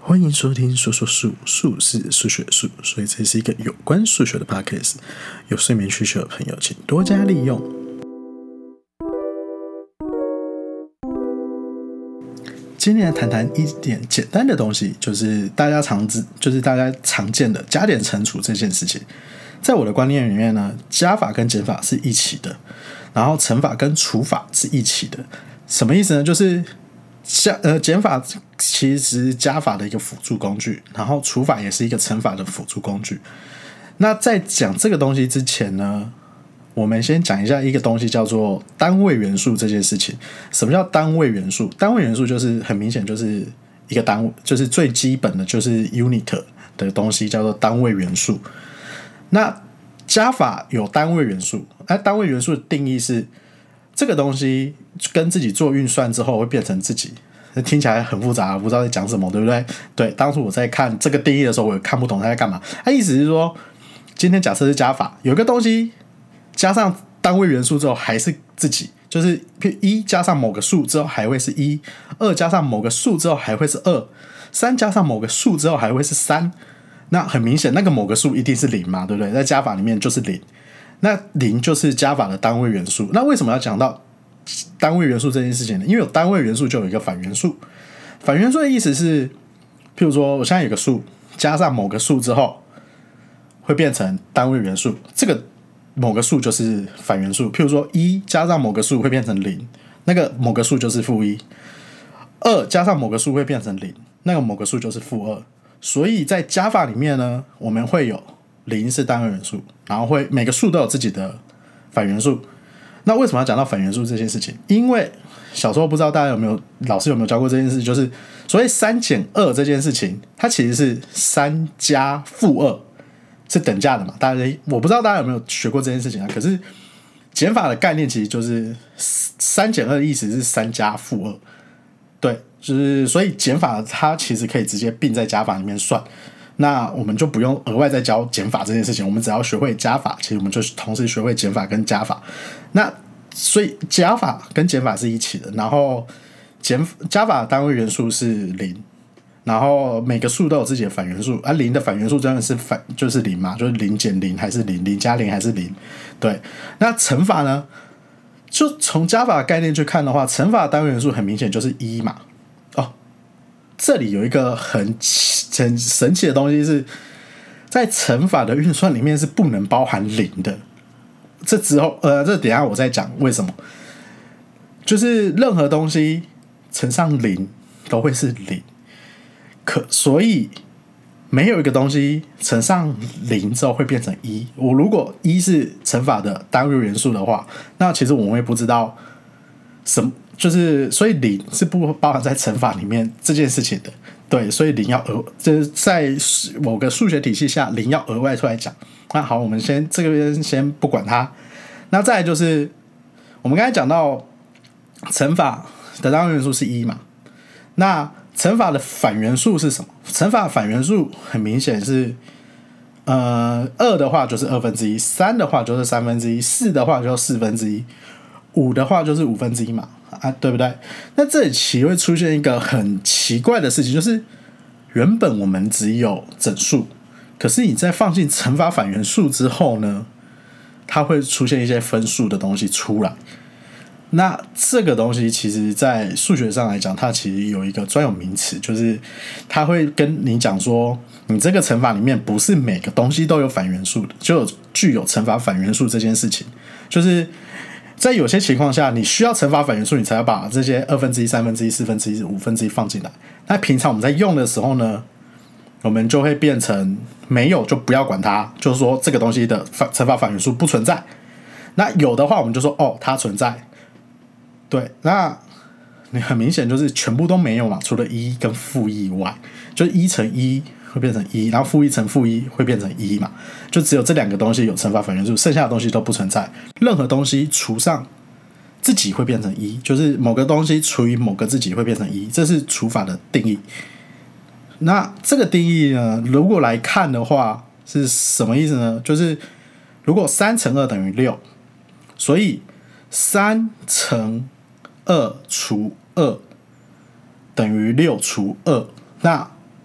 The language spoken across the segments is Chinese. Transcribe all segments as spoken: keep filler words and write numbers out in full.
欢迎收听说说数，数是数学数，所以这是一个有关数学的 podcast。有睡眠需求的朋友，请多加利用。今天来谈谈一点简单的东西，就是大家常知，就是大家常见的加减乘除这件事情。在我的观念里面呢，加法跟减法是一起的，然后乘法跟除法是一起的。什么意思呢？就是加呃减法其实是加法的一个辅助工具，然后除法也是一个乘法的辅助工具。那在讲这个东西之前呢，我们先讲一下一个东西叫做单位元素这件事情。什么叫单位元素？单位元素就是很明显就是一个单位，就是最基本的就是 unit 的东西叫做单位元素。那加法有单位元素，那单位元素的定义是这个东西跟自己做运算之后会变成自己。听起来很复杂，不知道在讲什么，对不对？对，当初我在看这个定义的时候，我也看不懂他在干嘛。他意思是说，今天假设是加法，有个东西加上单位元素之后还是自己，就是一加上某个数之后还会是一，二加上某个数之后还会是二，三加上某个数之后还会是三。那很明显，那个某个数一定是零嘛，对不对？在加法里面就是零，那零就是加法的单位元素。那为什么要讲到单位元素这件事情呢？因为有单位元素就有一个反元素。反元素的意思是，譬如说我现在有个数加上某个数之后会变成单位元素，这个某个数就是反元素。譬如说一加上某个数会变成零，那个某个数就是负一。二加上某个数会变成零，那个某个数就是负二。所以在加法里面呢，我们会有零是单位元素，然后会每个数都有自己的反元素。那为什么要讲到反元素这件事情？因为小时候不知道大家有没有老师有没有教过这件事，就是所谓三减二这件事情，它其实是三加负二是等价的嘛？大家我不知道大家有没有学过这件事情啊？可是减法的概念其实就是三减二的意思是三加负二，对，就是所以减法它其实可以直接并在加法里面算。那我们就不用额外再教减法这件事情，我们只要学会加法，其实我们就同时学会减法跟加法。那所以加法跟减法是一起的，然后减加法的单位元素是零，然后每个数都有自己的反元素，而、啊、零的反元素真的是反就是零嘛，就是零减零还是零，零加零还是零。对，那乘法呢？就从加法的概念去看的话，乘法的单位元素很明显就是一嘛。哦，这里有一个很很神奇的东西是，在乘法的运算里面是不能包含零的。这之后，呃，这等一下我再讲为什么。就是任何东西乘上零都会是零，可所以没有一个东西乘上零之后会变成一。我如果一是乘法的单位元素的话，那其实我们会不知道什么，就是所以零是不包含在乘法里面这件事情的。对，所以零要额，就是在某个数学体系下，零要额外出来讲。那好，我们先这边先不管它。那再来就是我们刚才讲到乘法的单位元素是一嘛，那乘法的反元素是什么？乘法的反元素很明显是，呃，二的话就是二分之一，三的话就是三分之一，四的话就是四分之一，五的话就是五分之一嘛，啊，对不对？那这里其实会出现一个很奇怪的事情，就是原本我们只有整数，可是你在放进乘法反元素之后呢，它会出现一些分数的东西出来。那这个东西其实在数学上来讲，它其实有一个专有名词，就是它会跟你讲说，你这个乘法里面不是每个东西都有反元素的，就有具有乘法反元素这件事情。就是在有些情况下，你需要乘法反元素，你才要把这些二分之一、三分之一、四分之一、五分之一放进来。那平常我们在用的时候呢，我们就会变成没有就不要管它，就是说这个东西的乘法反元素不存在。那有的话，我们就说哦，它存在。对，那你很明显就是全部都没有嘛，除了一跟负一以外，就一乘一会变成一，然后负一乘负一会变成一嘛，就只有这两个东西有乘法反元素，剩下的东西都不存在。任何东西除上自己会变成一，就是某个东西除以某个自己会变成一，这是除法的定义。那这个定义呢，如果来看的话是什么意思呢？就是如果三乘二等于六，所以三乘二除二等于六除二，那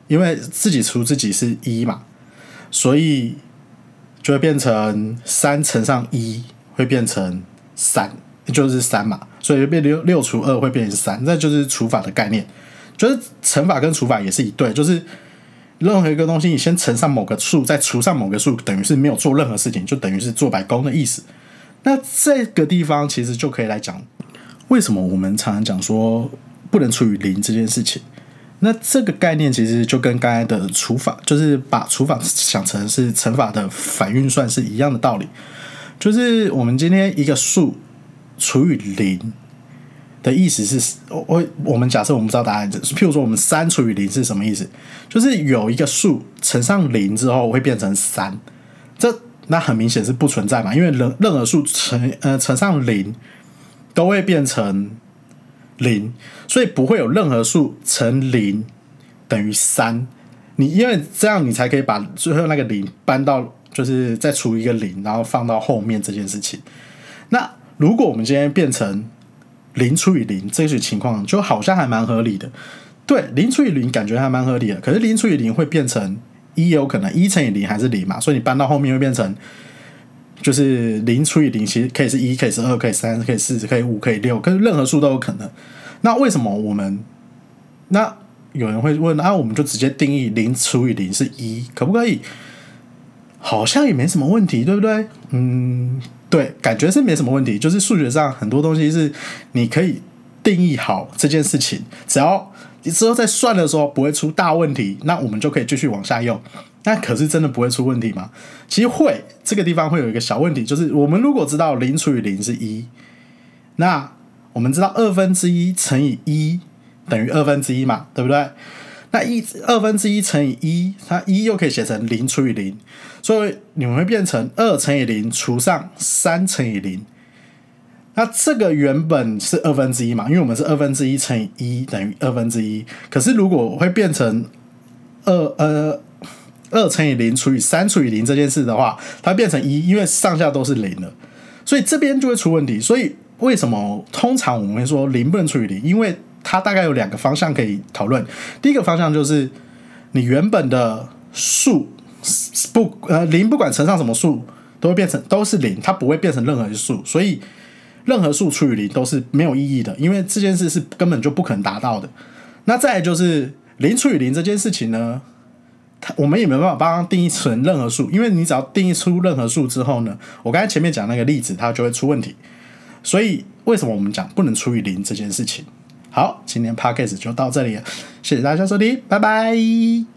因为自己除自己是一嘛，所以就会变成三乘上一会变成三，就是三嘛，所以就变六六除二会变成三，这就是除法的概念。就是乘法跟除法也是一对，就是任何一个东西你先乘上某个数，再除上某个数，等于是没有做任何事情，就等于是做白工的意思。那这个地方其实就可以来讲，为什么我们常常讲说不能除以零这件事情。那这个概念其实就跟刚才的除法，就是把除法想成是乘法的反运算是一样的道理。就是我们今天一个数除以零的意思是，我我们假设我们不知道答案，譬如说我们三除以零是什么意思？就是有一个数乘上零之后会变成三，这那很明显是不存在嘛，因为任任何数乘呃乘上零都会变成零，所以不会有任何数乘零等于三。你因为这样你才可以把最后那个零搬到，就是再除一个零，然后放到后面这件事情。那如果我们今天变成零除以零，这些情况就好像还蛮合理的。对，零除以零感觉还蛮合理的，可是零除以零会变成一，有可能一乘以零还是零嘛，所以你搬到后面会变成，就是零除以零其实可以是一，可以是二，可以三，可以四，可以五，可以六，可是任何数都有可能。那为什么我们那有人会问啊，我们就直接定义零除以零是一，可不可以？好像也没什么问题，对不对？嗯，对，感觉是没什么问题。就是数学上很多东西是你可以定义好这件事情，只要你之后在算的时候不会出大问题，那我们就可以继续往下用。那可是真的不会出问题吗？其实会，这个地方会有一个小问题，就是我们如果知道零除以零是一，那我们知道二分之一乘以一等于二分之一嘛，对不对？那一二分之一乘以一，它一又可以写成零除以零，所以你们会变成二乘以零除上三乘以零。那这个原本是二分之一嘛，因为我们是二分之一乘以一等于二分之一。可是如果会变成二呃二乘以零除以三除以零这件事的话，它变成一，因为上下都是零了，所以这边就会出问题。所以为什么通常我们会说零不能除以零？因为它大概有两个方向可以讨论。第一个方向就是你原本的数不呃零不管乘上什么数都会变成都是零，它不会变成任何数，所以任何数除以零都是没有意义的，因为这件事是根本就不可能达到的。那再来就是零除以零这件事情呢，我们也没办法帮它定义成任何数，因为你只要定义出任何数之后呢，我刚才前面讲那个例子它就会出问题。所以为什么我们讲不能除以零这件事情？好，今天 Podcast 就到这里了，谢谢大家收听，拜拜。